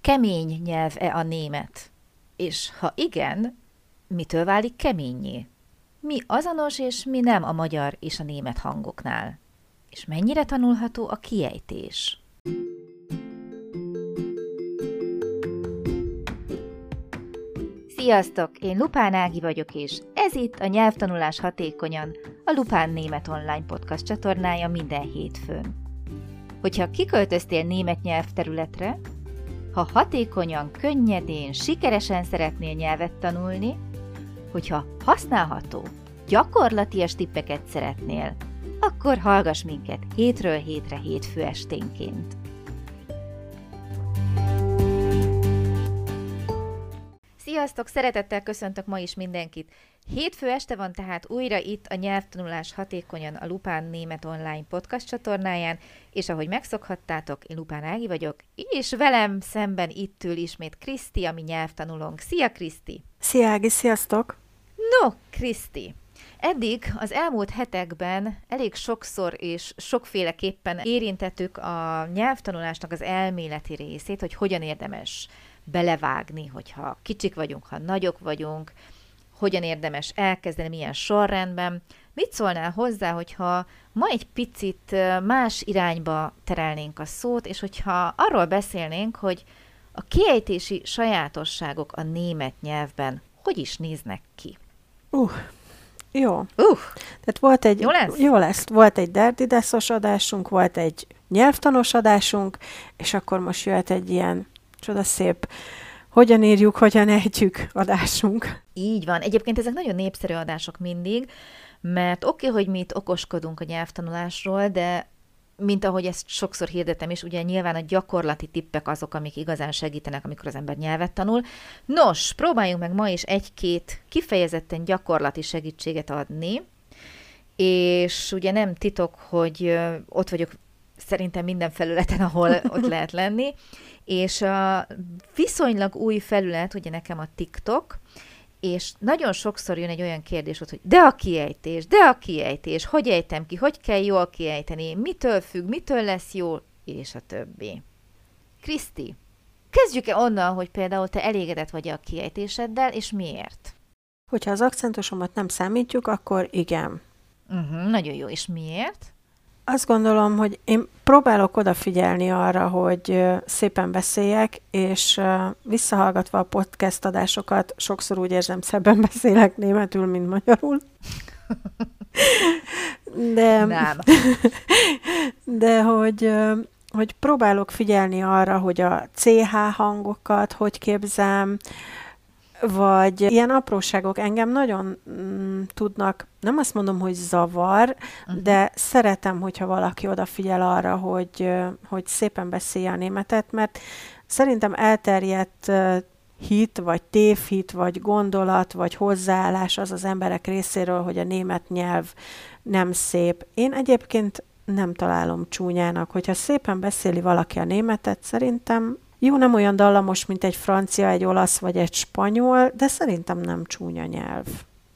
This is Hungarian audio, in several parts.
kemény nyelv-e a német? És ha igen, mitől válik keménnyé? Mi azonos és mi nem a magyar és a német hangoknál? És mennyire tanulható a kiejtés? Sziasztok! Én Lupán Ági vagyok, és ez itt a Nyelvtanulás hatékonyan, a Lupán Német Online Podcast csatornája minden hétfőn. Hogyha kiköltöztél német nyelvterületre, ha hatékonyan, könnyedén, sikeresen szeretnél nyelvet tanulni, hogyha használható, gyakorlatias tippeket szeretnél, akkor hallgass minket hétről hétre hétfő esténként. Sziasztok! Szeretettel köszöntök ma is mindenkit. Hétfő este van tehát újra itt a Nyelvtanulás hatékonyan a Lupán Német Online Podcast csatornáján, és ahogy megszokhattátok, én Lupán Ági vagyok, és velem szemben itt ül ismét Kriszti, ami nyelvtanulónk. Szia, Kriszti! Szia, Ági, sziasztok! No, Kriszti! Eddig az elmúlt hetekben elég sokszor és sokféleképpen érintettük a nyelvtanulásnak az elméleti részét, hogy hogyan érdemes belevágni, hogyha kicsik vagyunk, ha nagyok vagyunk, hogyan érdemes elkezdeni, milyen sorrendben. Mit szólnál hozzá, hogyha ma egy picit más irányba terelnénk a szót, és hogyha arról beszélnénk, hogy a kiejtési sajátosságok a német nyelvben hogy is néznek ki? Jó. Tehát volt egy... Jó lesz? Volt egy derdideszos adásunk, volt egy nyelvtanos adásunk, és akkor most jöhet egy ilyen csodaszép hogyan írjuk, hogyan ejtjük adásunk. Így van. Egyébként ezek nagyon népszerű adások mindig, mert oké, hogy mi itt okoskodunk a nyelvtanulásról, de mint ahogy ezt sokszor hirdetem is, ugye nyilván a gyakorlati tippek azok, amik igazán segítenek, amikor az ember nyelvet tanul. Nos, próbáljunk meg ma is egy-két kifejezetten gyakorlati segítséget adni, és ugye nem titok, hogy ott vagyok szerintem minden felületen, ahol ott lehet lenni, és a viszonylag új felület, ugye nekem a TikTok, és nagyon sokszor jön egy olyan kérdés ott, hogy de a kiejtés, hogy ejtem ki, hogy kell jól kiejteni, mitől függ, mitől lesz jó, és a többi. Kriszti, kezdjük-e onnan, hogy például te elégedett vagy a kiejtéseddel, és miért? Hogyha az akcentusomat nem számítjuk, akkor igen. Nagyon jó, és miért? Azt gondolom, hogy én próbálok odafigyelni arra, hogy szépen beszéljek, és visszahallgatva a podcast adásokat, sokszor úgy érzem, szebben beszélek németül, mint magyarul. De hogy próbálok figyelni arra, hogy a CH hangokat hogy képzem, vagy ilyen apróságok engem nagyon tudnak, nem azt mondom, hogy zavar, de szeretem, hogyha valaki odafigyel arra, hogy szépen beszélje a németet, mert szerintem elterjedt hit, vagy tévhit, vagy gondolat, vagy hozzáállás az emberek részéről, hogy a német nyelv nem szép. Én egyébként nem találom csúnyának, hogyha szépen beszéli valaki a németet, szerintem jó, nem olyan dallamos, mint egy francia, egy olasz vagy egy spanyol, de szerintem nem csúnya nyelv.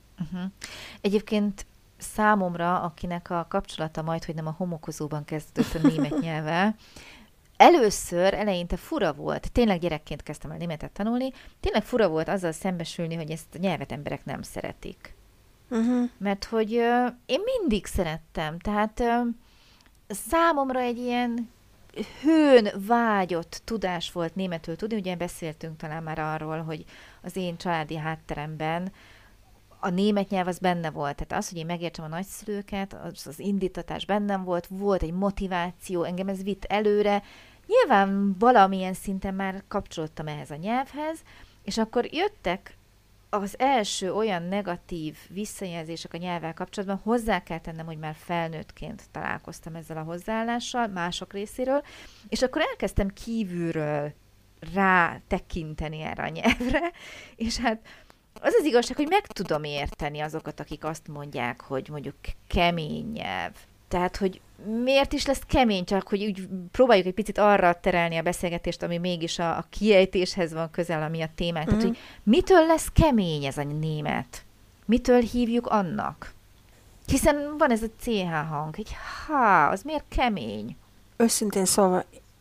Egyébként számomra, akinek a kapcsolata majdhogy nem a homokozóban kezdődött a német nyelvvel, először, eleinte fura volt, tényleg gyerekként kezdtem el németet tanulni, tényleg fura volt azzal szembesülni, hogy ezt a nyelvet emberek nem szeretik. Mert hogy én mindig szerettem, tehát számomra egy ilyen hőn vágyott tudás volt németül tudni, ugye beszéltünk talán már arról, hogy az én családi hátteremben a német nyelv az benne volt. Tehát az, hogy én megértsem a nagyszülőket, az indítatás bennem volt egy motiváció, engem ez vitt előre. Nyilván valamilyen szinten már kapcsolódtam ehhez a nyelvhez, és akkor jöttek az első olyan negatív visszajelzések a nyelvvel kapcsolatban, hozzá kell tennem, hogy már felnőttként találkoztam ezzel a hozzáállással, mások részéről, és akkor elkezdtem kívülről rá tekinteni erre a nyelvre, és hát az az igazság, hogy meg tudom érteni azokat, akik azt mondják, hogy mondjuk kemény nyelv. Tehát, hogy miért is lesz kemény, csak hogy úgy próbáljuk egy picit arra terelni a beszélgetést, ami mégis a kiejtéshez van közel, ami a témánk. Tehát, hogy mitől lesz kemény ez a német? Mitől hívjuk annak? Hiszen van ez a CH hang, egy az miért kemény? Őszintén szólva,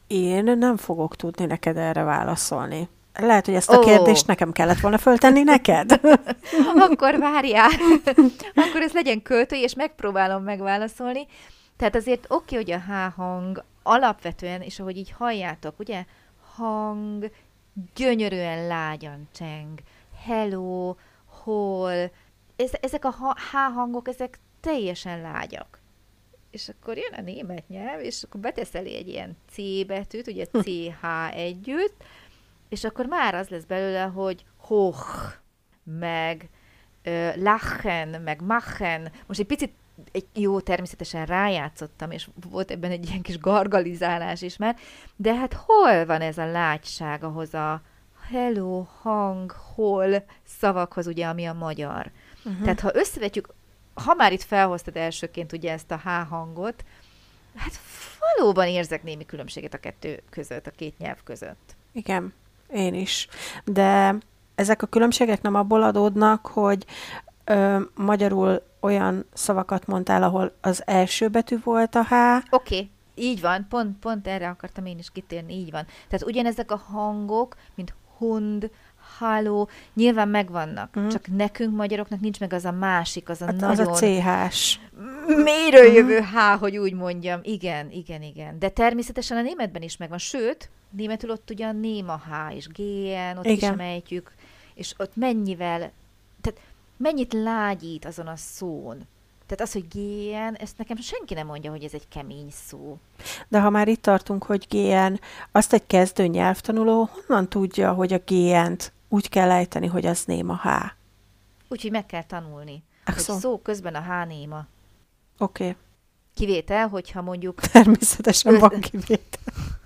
Én nem fogok tudni neked erre válaszolni. Lehet, hogy ezt a kérdést nekem kellett volna föltenni neked. Akkor várjál. Akkor ez legyen költői, és megpróbálom megválaszolni. Tehát azért oké, hogy a H hang alapvetően, és ahogy így halljátok, ugye, hang, gyönyörűen lágyan cseng, hello, hol, ezek a H hangok, ezek teljesen lágyak. És akkor jön a német nyelv, és akkor betesz elé egy ilyen C betűt, ugye CH együtt, és akkor már az lesz belőle, hogy hoch, meg lachen, meg machen. Most egy picit természetesen rájátszottam, és volt ebben egy ilyen kis gargalizálás is már, de hát hol van ez a lágyság ahhoz a hello, hang, hol szavakhoz, ugye, ami a magyar. Tehát ha összevetjük, ha már itt felhoztad elsőként ugye ezt a H hangot, hát valóban érzek némi különbséget a kettő között, a két nyelv között. Igen, én is. De ezek a különbségek nem abból adódnak, hogy magyarul olyan szavakat mondtál, ahol az első betű volt a H. Oké, így van, pont erre akartam én is kitérni, így van. Tehát ugyanezek a hangok, mint hund, halló, nyilván megvannak, csak nekünk magyaroknak nincs meg az a másik, az a nagyon... Az a CH-s. Mélyről jövő H, hogy úgy mondjam. Igen. De természetesen a németben is megvan, sőt, németül ott ugyan néma H és GN, ott is emejtjük, és ott mennyit lágyít azon a szón. Tehát az, hogy GN, ezt nekem senki nem mondja, hogy ez egy kemény szó. De ha már itt tartunk, hogy GN, azt egy kezdő nyelvtanuló honnan tudja, hogy a GN-t úgy kell ejteni, hogy az néma H? Úgyhogy meg kell tanulni, hogy szó közben a H néma. Oké. Kivétel, hogyha mondjuk... Természetesen van kivétel.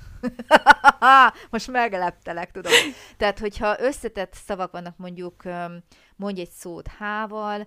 Most megleptelek, tudom. Tehát, hogyha összetett szavak vannak, mondjuk mondj egy szót H-val,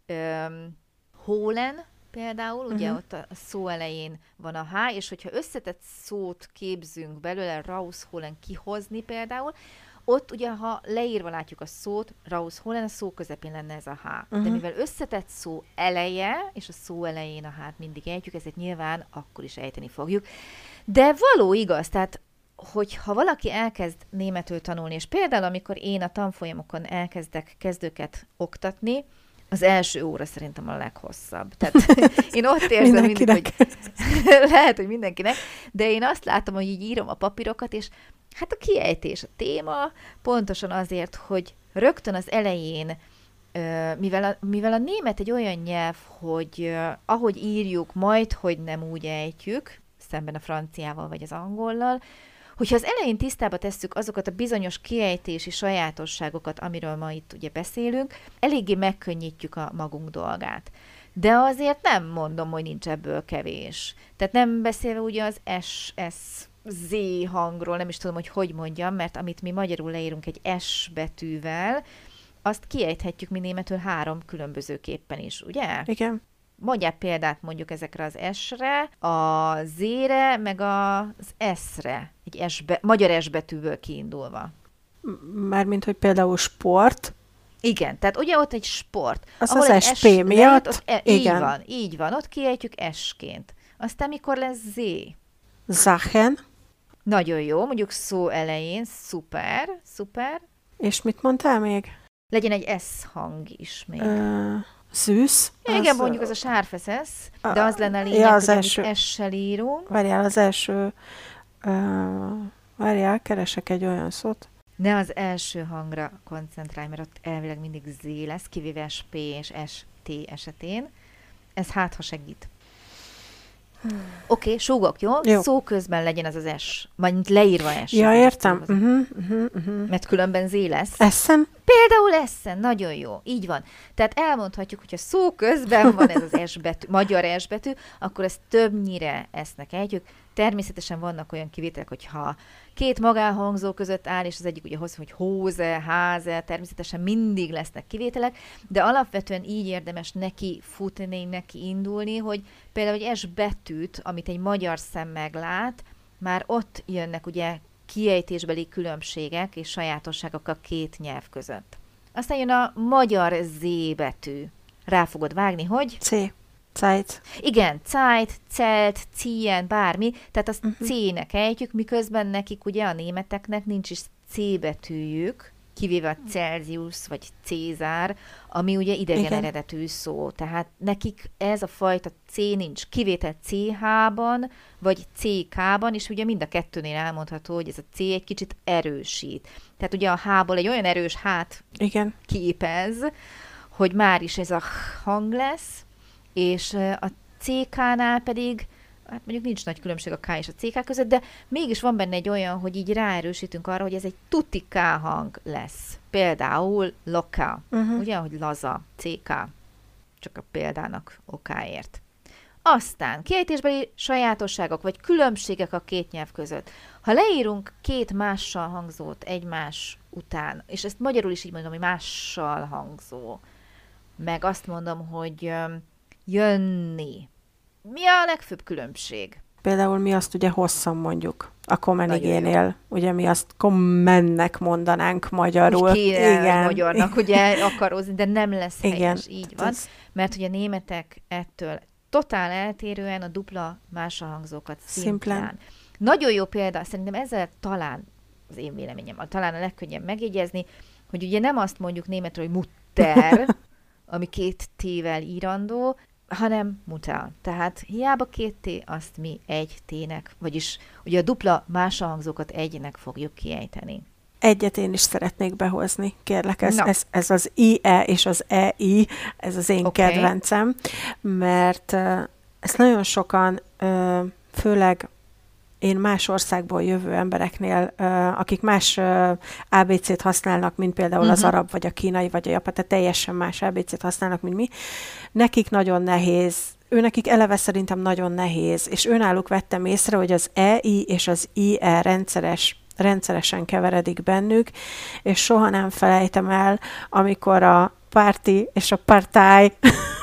Holen például, ugye ott a szó elején van a H, és hogyha összetett szót képzünk belőle, rausholen, kihozni például, ott ugye, ha leírva látjuk a szót, rausholen, a szó közepén lenne ez a H. De mivel összetett szó eleje, és a szó elején a H-t mindig ejtjük, ezért nyilván akkor is ejteni fogjuk. De való igaz, tehát hogyha valaki elkezd németül tanulni, és például amikor én a tanfolyamokon elkezdek kezdőket oktatni, az első óra szerintem a leghosszabb. Tehát én ott érzem mindig, hogy lehet, hogy mindenkinek, de én azt látom, hogy így írom a papírokat, és hát a kiejtés a téma, pontosan azért, hogy rögtön az elején, mivel a német egy olyan nyelv, hogy ahogy írjuk, majd, hogy nem úgy ejtjük, szemben a franciával vagy az angollal, hogyha az elején tisztába tesszük azokat a bizonyos kiejtési sajátosságokat, amiről ma itt ugye beszélünk, eléggé megkönnyítjük a magunk dolgát. De azért nem mondom, hogy nincs ebből kevés. Tehát nem beszélve ugye az S, S, Z hangról, nem is tudom, hogy mondjam, mert amit mi magyarul leírunk egy S betűvel, azt kiejthetjük mi németül 3 különbözőképpen is, ugye? Igen. Mondjál példát mondjuk ezekre az S-re, a Z-re, meg az S-re, egy magyar S betűből kiindulva. Mármint, hogy például sport. Igen, tehát ugye ott egy sport. Az az SP miatt. Igen. Így van, ott kiejtjük S-ként. Aztán mikor lesz Z? Sachen. Nagyon jó, mondjuk szó elején, szuper. És mit mondtál még? Legyen egy S hang is még. Szűz. Igen, mondjuk az a sárfeszesz, de az lenne a lényeg, ja, hogy amit S-sel írunk. Várjál, az első... Várjál, keresek egy olyan szót. Ne az első hangra koncentrálj, mert ott elvileg mindig Z lesz, kivéve SP és ST esetén. Ez hát, ha segít. Oké, súgok, jó? Szó közben legyen az az S. Majd leírva S. Ja, értem. Mert különben Z lesz. Essen? Például Essen, nagyon jó. Így van. Tehát elmondhatjuk, hogyha szó közben van ez az S betű, magyar S betű, akkor ezt többnyire esznek ejtjük. Természetesen vannak olyan kivételek, hogyha két magánhangzó között áll, és az egyik ugye hozzá, hogy hóze, háze, természetesen mindig lesznek kivételek, de alapvetően így érdemes neki futni, neki indulni, hogy például egy S betűt, amit egy magyar szem meglát, már ott jönnek ugye kiejtésbeli különbségek és sajátosságok a két nyelv között. Aztán jön a magyar Z betű. Rá fogod vágni, hogy? C. Zeit. Igen, Zeit, Zelt, Ziehen, bármi, tehát azt C-nek ejtjük, miközben nekik ugye a németeknek nincs is C betűjük, kivéve a Celsius vagy Cézár, ami ugye idegen Igen. eredetű szó. Tehát nekik ez a fajta C nincs, kivétel CH-ban, vagy CK-ban, és ugye mind a kettőnél elmondható, hogy ez a C egy kicsit erősít. Tehát ugye a H-ból egy olyan erős H-t Igen. képez, hogy már is ez a hang lesz, és a CK-nál pedig, hát mondjuk nincs nagy különbség a K és a CK között, de mégis van benne egy olyan, hogy így ráerősítünk arra, hogy ez egy tuti K hang lesz. Például loka, ugye, hogy laza, CK, csak a példának okáért. Aztán kiejtésbeli sajátosságok, vagy különbségek a két nyelv között. Ha leírunk két mással hangzót egymás után, és ezt magyarul is így mondom, hogy mással hangzó, meg azt mondom, hogy jönni. Mi a legfőbb különbség? Például mi azt ugye hosszan mondjuk a Komenigénél, ugye mi azt kommennek mondanánk magyarul. Úgy kéne magyarnak ugye akarózni, de nem lesz helyes, Igen. így van. Mert ugye a németek ettől totál eltérően a dupla máshangzókat szimplán. Nagyon jó példa, szerintem ezzel talán, az én véleményem, talán a legkönnyebb megjegyezni, hogy ugye nem azt mondjuk németről, hogy mutter, ami két T-vel írandó, hanem mutter. Tehát hiába két T, azt mi egy T-nek, vagyis ugye a dupla máshangzókat egynek fogjuk kiejteni. Egyet én is szeretnék behozni, kérlek, ez az IE és az EI, ez az én kedvencem, mert ezt nagyon sokan, főleg én más országból jövő embereknél, akik más ABC-t használnak, mint például az arab, vagy a kínai, vagy a japán, tehát teljesen más ABC-t használnak, mint mi, nekik nagyon nehéz, nekik eleve szerintem nagyon nehéz, és önálluk vettem észre, hogy az EI és az IE rendszeresen keveredik bennük, és soha nem felejtem el, amikor a párti és a partáj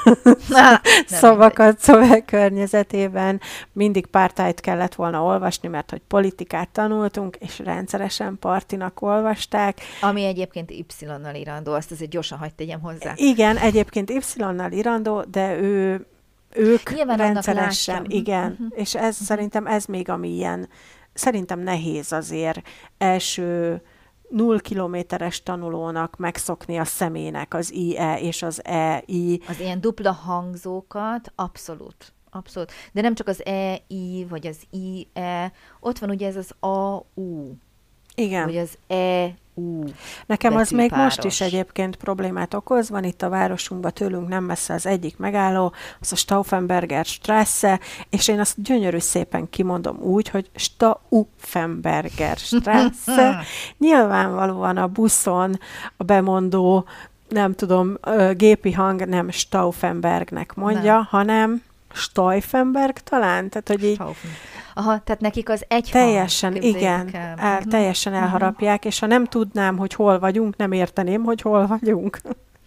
szavakat szöveg környezetében mindig pártájt kellett volna olvasni, mert hogy politikát tanultunk, és rendszeresen partinak olvasták. Ami egyébként Y-nal írandó, azt azért gyorsan hagyd tegyem hozzá. Igen, egyébként Y-nal írandó, de ők nyilván rendszeresen, igen, és ez szerintem ez még ami ilyen, szerintem nehéz azért első 0 kilométeres tanulónak megszokni a személynek az IE és az EI. Az ilyen dupla hangzókat, abszolút. Abszolút. De nem csak az EI, vagy az IE, ott van ugye ez az AU. Igen. Vagy az EU. Nekem az még most is egyébként problémát okoz. Van itt a városunkban tőlünk nem messze az egyik megálló, az a Stauffenberger Straße, és én azt gyönyörű szépen kimondom úgy, hogy Stauffenberger Straße. Nyilvánvalóan a buszon a bemondó, nem tudom, gépi hang nem Stauffenbergnek mondja, hanem Stauffenberg talán? Tehát, hogy így... Aha, tehát nekik az egy teljesen, igen, teljesen elharapják, és ha nem tudnám, hogy hol vagyunk, nem érteném, hogy hol vagyunk.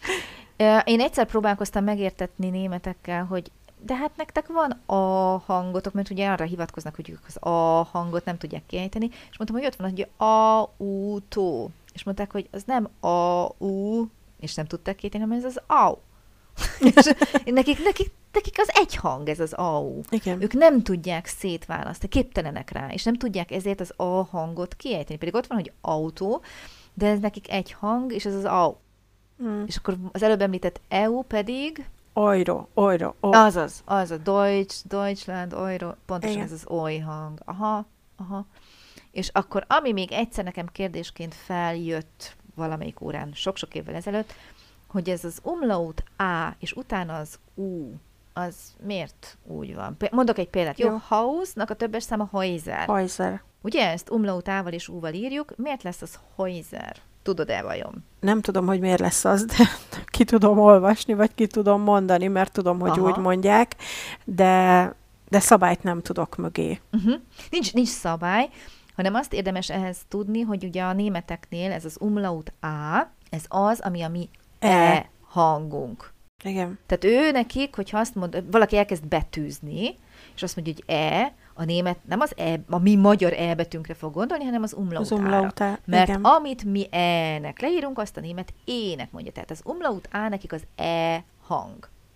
Én egyszer próbálkoztam megértetni németekkel, hogy de hát nektek van a hangotok, mert ugye arra hivatkoznak, hogy ők az a hangot nem tudják kiejteni, és mondtam, hogy ott van, hogy a, u, tó. És mondták, hogy az nem a, u, és nem tudták kiejteni, hanem ez az au. És nekik az egy hang, ez az AU. Igen. Ők nem tudják szétválasztani, képtelenek rá, és nem tudják ezért az A hangot kiejteni. Pedig ott van, hogy autó, de ez nekik egy hang, és ez az AU. És akkor az előbb említett EU pedig... Euro. Azaz, Deutschland, Euro, pontosan igen. Ez az oly hang. Aha. És akkor, ami még egyszer nekem kérdésként feljött valamelyik órán, sok-sok évvel ezelőtt, hogy ez az umlaut A, és utána az U, az miért úgy van? Mondok egy példát. Jó, Hausnak a többes száma Häuser. Ugye ezt umlaut A-val és U-val írjuk, miért lesz az Häuser? Tudod-e vajon? Nem tudom, hogy miért lesz az, de ki tudom olvasni, vagy ki tudom mondani, mert tudom, hogy úgy mondják, de szabályt nem tudok mögé. Nincs szabály, hanem azt érdemes ehhez tudni, hogy ugye a németeknél ez az umlaut A, ez az, ami a mi E hangunk. Igen. Tehát ő nekik, hogyha azt mond, valaki elkezd betűzni, és azt mondja, hogy E, a német nem az E, a mi magyar E betűnkre fog gondolni, hanem az umlautára. Mert igen. Amit mi E-nek leírunk, azt a német E-nek mondja. Tehát az umlaut A nekik az E hang.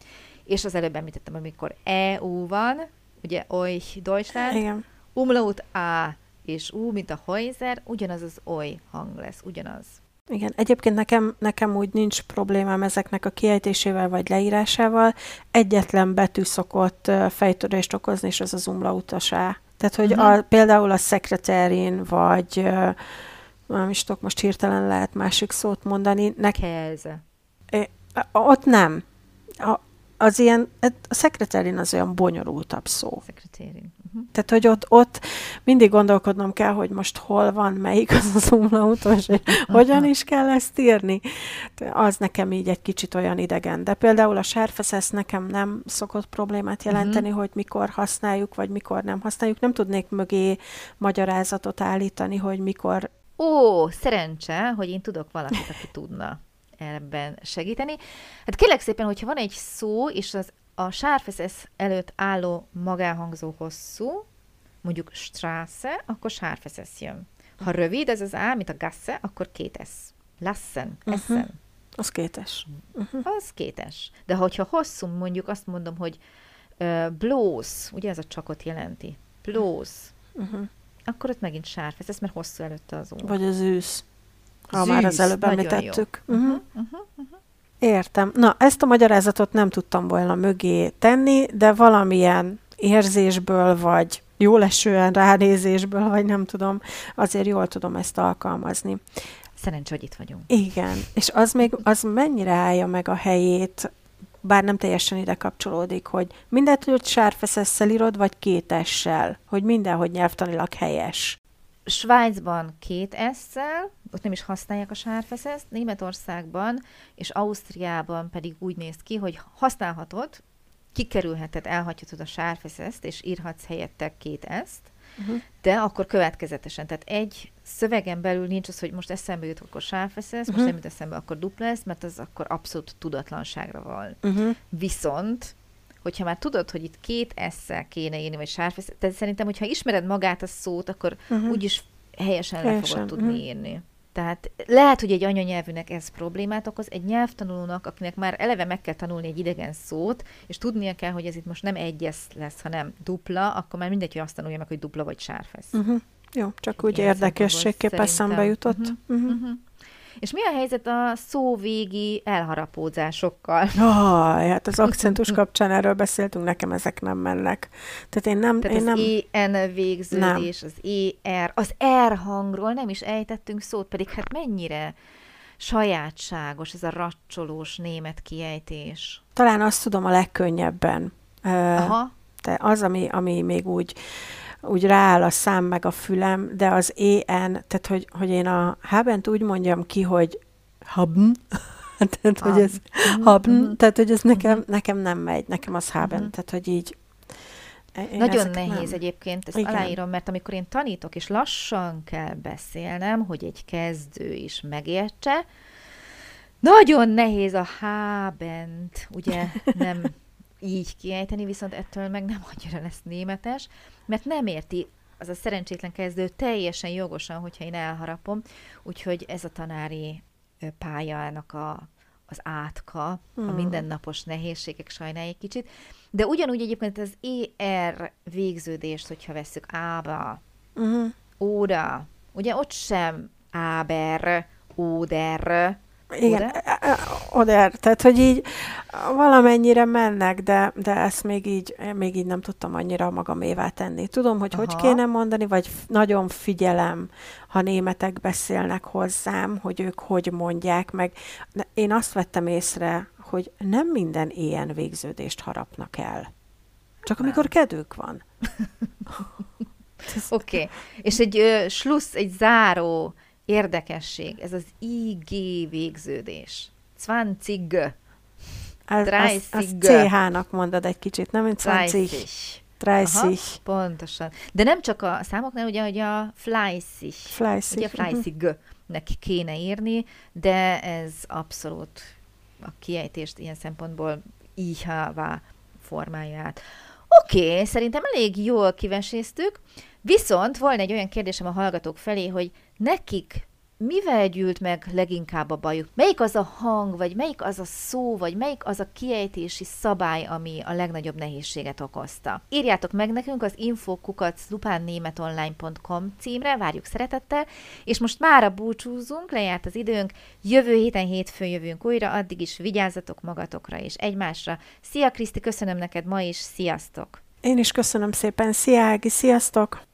és az előbb említettem, amikor EU van, ugye oly Deutschland, Igen. umlaut A és U, mint a Häuser, ugyanaz az oly hang lesz, ugyanaz. Igen, egyébként nekem úgy nincs problémám ezeknek a kiejtésével vagy leírásával. Egyetlen betű szokott fejtörést okozni, és az umlautos A. Tehát, hogy például a szekreterin, vagy nem is tudok most hirtelen lehet másik szót mondani. Keze. Ott nem. Az ilyen, a szekreterin az olyan bonyolultabb szó. Szekreterin. Tehát, hogy ott mindig gondolkodnom kell, hogy most hol van, melyik az umlautos, és hogyan is kell ezt írni. Az nekem így egy kicsit olyan idegen. De például a sárfeszesz nekem nem szokott problémát jelenteni, hogy mikor használjuk, vagy mikor nem használjuk. Nem tudnék mögé magyarázatot állítani, hogy mikor... Ó, szerencse, hogy én tudok valakit, aki tudna ebben segíteni. Hát kérlek szépen, hogyha van egy szó, és a sárfeszesz előtt álló magánhangzó hosszú, mondjuk Straße, akkor sárfeszesz jön. Ha rövid ez az A, mint a Gasse, akkor 2 S. Lassen, essen. Az 2 S. Az 2 S. De hogyha hosszú, mondjuk azt mondom, hogy bloß, ugye ez a csakot jelenti. Bloß. Akkor ott megint sárfeszesz, mert hosszú előtte az ó. Vagy az ősz. Ha már az előbb említettük. Értem. Na, ezt a magyarázatot nem tudtam volna mögé tenni, de valamilyen érzésből, vagy jólesően ránézésből, vagy nem tudom, azért jól tudom ezt alkalmazni. Szerencsé, hogy itt vagyunk. Igen. És az mennyire állja meg a helyét, bár nem teljesen ide kapcsolódik, hogy mindent sárfeszesszel írod, vagy 2 S-sel, hogy mindenhogy nyelvtanilag helyes. Svájcban 2 S-szel, ott nem is használják a sárfeszeszt, Németországban és Ausztriában pedig úgy néz ki, hogy használhatod, kikerülheted, elhagyhatod a sárfeszeszt, és írhatsz helyette 2 S-t, de akkor következetesen. Tehát egy szövegen belül nincs az, hogy most eszembe jut, akkor sárfeszesz, most nem jut eszembe, akkor dupla S, mert az akkor abszolút tudatlanságra van. Viszont hogyha már tudod, hogy itt 2 S-szel kéne írni, vagy sárfeszesz, tehát szerintem, hogyha ismered magát a szót, akkor úgyis helyesen le fogod tudni írni. Tehát lehet, hogy egy anyanyelvűnek ez problémát okoz, egy nyelvtanulónak, akinek már eleve meg kell tanulni egy idegen szót, és tudnia kell, hogy ez itt most nem 1 S lesz, hanem dupla, akkor már mindegy, hogy azt tanulja meg, hogy dupla vagy sárfesz. Jó, csak úgy érdekességképp eszembe jutott. És mi a helyzet a szóvégi elharapódzásokkal? Hát az akcentus kapcsán erről beszéltünk, nekem ezek nem mennek. Tehát én nem... Tehát az EN végződés, nem. Az ER, az R hangról nem is ejtettünk szót, pedig hát mennyire sajátságos ez a racsolós német kiejtés. Talán azt tudom a legkönnyebben. Aha. De az, ami még úgy rááll a szám meg a fülem, de az EN, tehát hogy én a Habent úgy mondjam ki, hogy Haben, tehát hogy ez Haben, tehát hogy ez nekem nem megy, nekem az Haben, tehát hogy így nagyon nehéz egyébként, ezt aláírom, mert amikor én tanítok, és lassan kell beszélnem, hogy egy kezdő is megértse, nagyon nehéz a Habent, ugye nem így kiejteni, viszont ettől meg nem annyira lesz németes, mert nem érti az a szerencsétlen kezdő teljesen jogosan, hogyha én elharapom, úgyhogy ez a tanári pályának az átka, a mindennapos nehézségek sajnálják kicsit, de ugyanúgy egyébként az ER végződést, hogyha vesszük ába, óra, ugye ott sem áber, óder, igen, oder, tehát hogy így valamennyire mennek, de ezt még így nem tudtam annyira magamévá tenni. Tudom, hogy kéne mondani, vagy nagyon figyelem, ha németek beszélnek hozzám, hogy ők hogy mondják, meg én azt vettem észre, hogy nem minden ilyen végződést harapnak el. Csak amikor kedvük van. Oké. És egy schluss, egy záró érdekesség, ez az IG végződés. 20. Azt CH-nak mondod egy kicsit, nem? 20. 30. Pontosan. De nem csak a számoknál, ugye, hogy a fleißig. Ugye fleißig-nek kéne írni, de ez abszolút a kiejtést ilyen szempontból IH-vá formálja át. Oké, szerintem elég jól kiveséztük, viszont volna egy olyan kérdésem a hallgatók felé, hogy nekik mivel gyűlt meg leginkább a bajuk? Melyik az a hang, vagy melyik az a szó, vagy melyik az a kiejtési szabály, ami a legnagyobb nehézséget okozta? Írjátok meg nekünk az info@lupánnémetonline.com címre, várjuk szeretettel, és most mára búcsúzunk, lejárt az időnk, jövő héten hétfőn jövünk újra, addig is vigyázzatok magatokra és egymásra. Szia Kriszti, köszönöm neked ma is, sziasztok! Én is köszönöm szépen, szia Ági, sziasztok!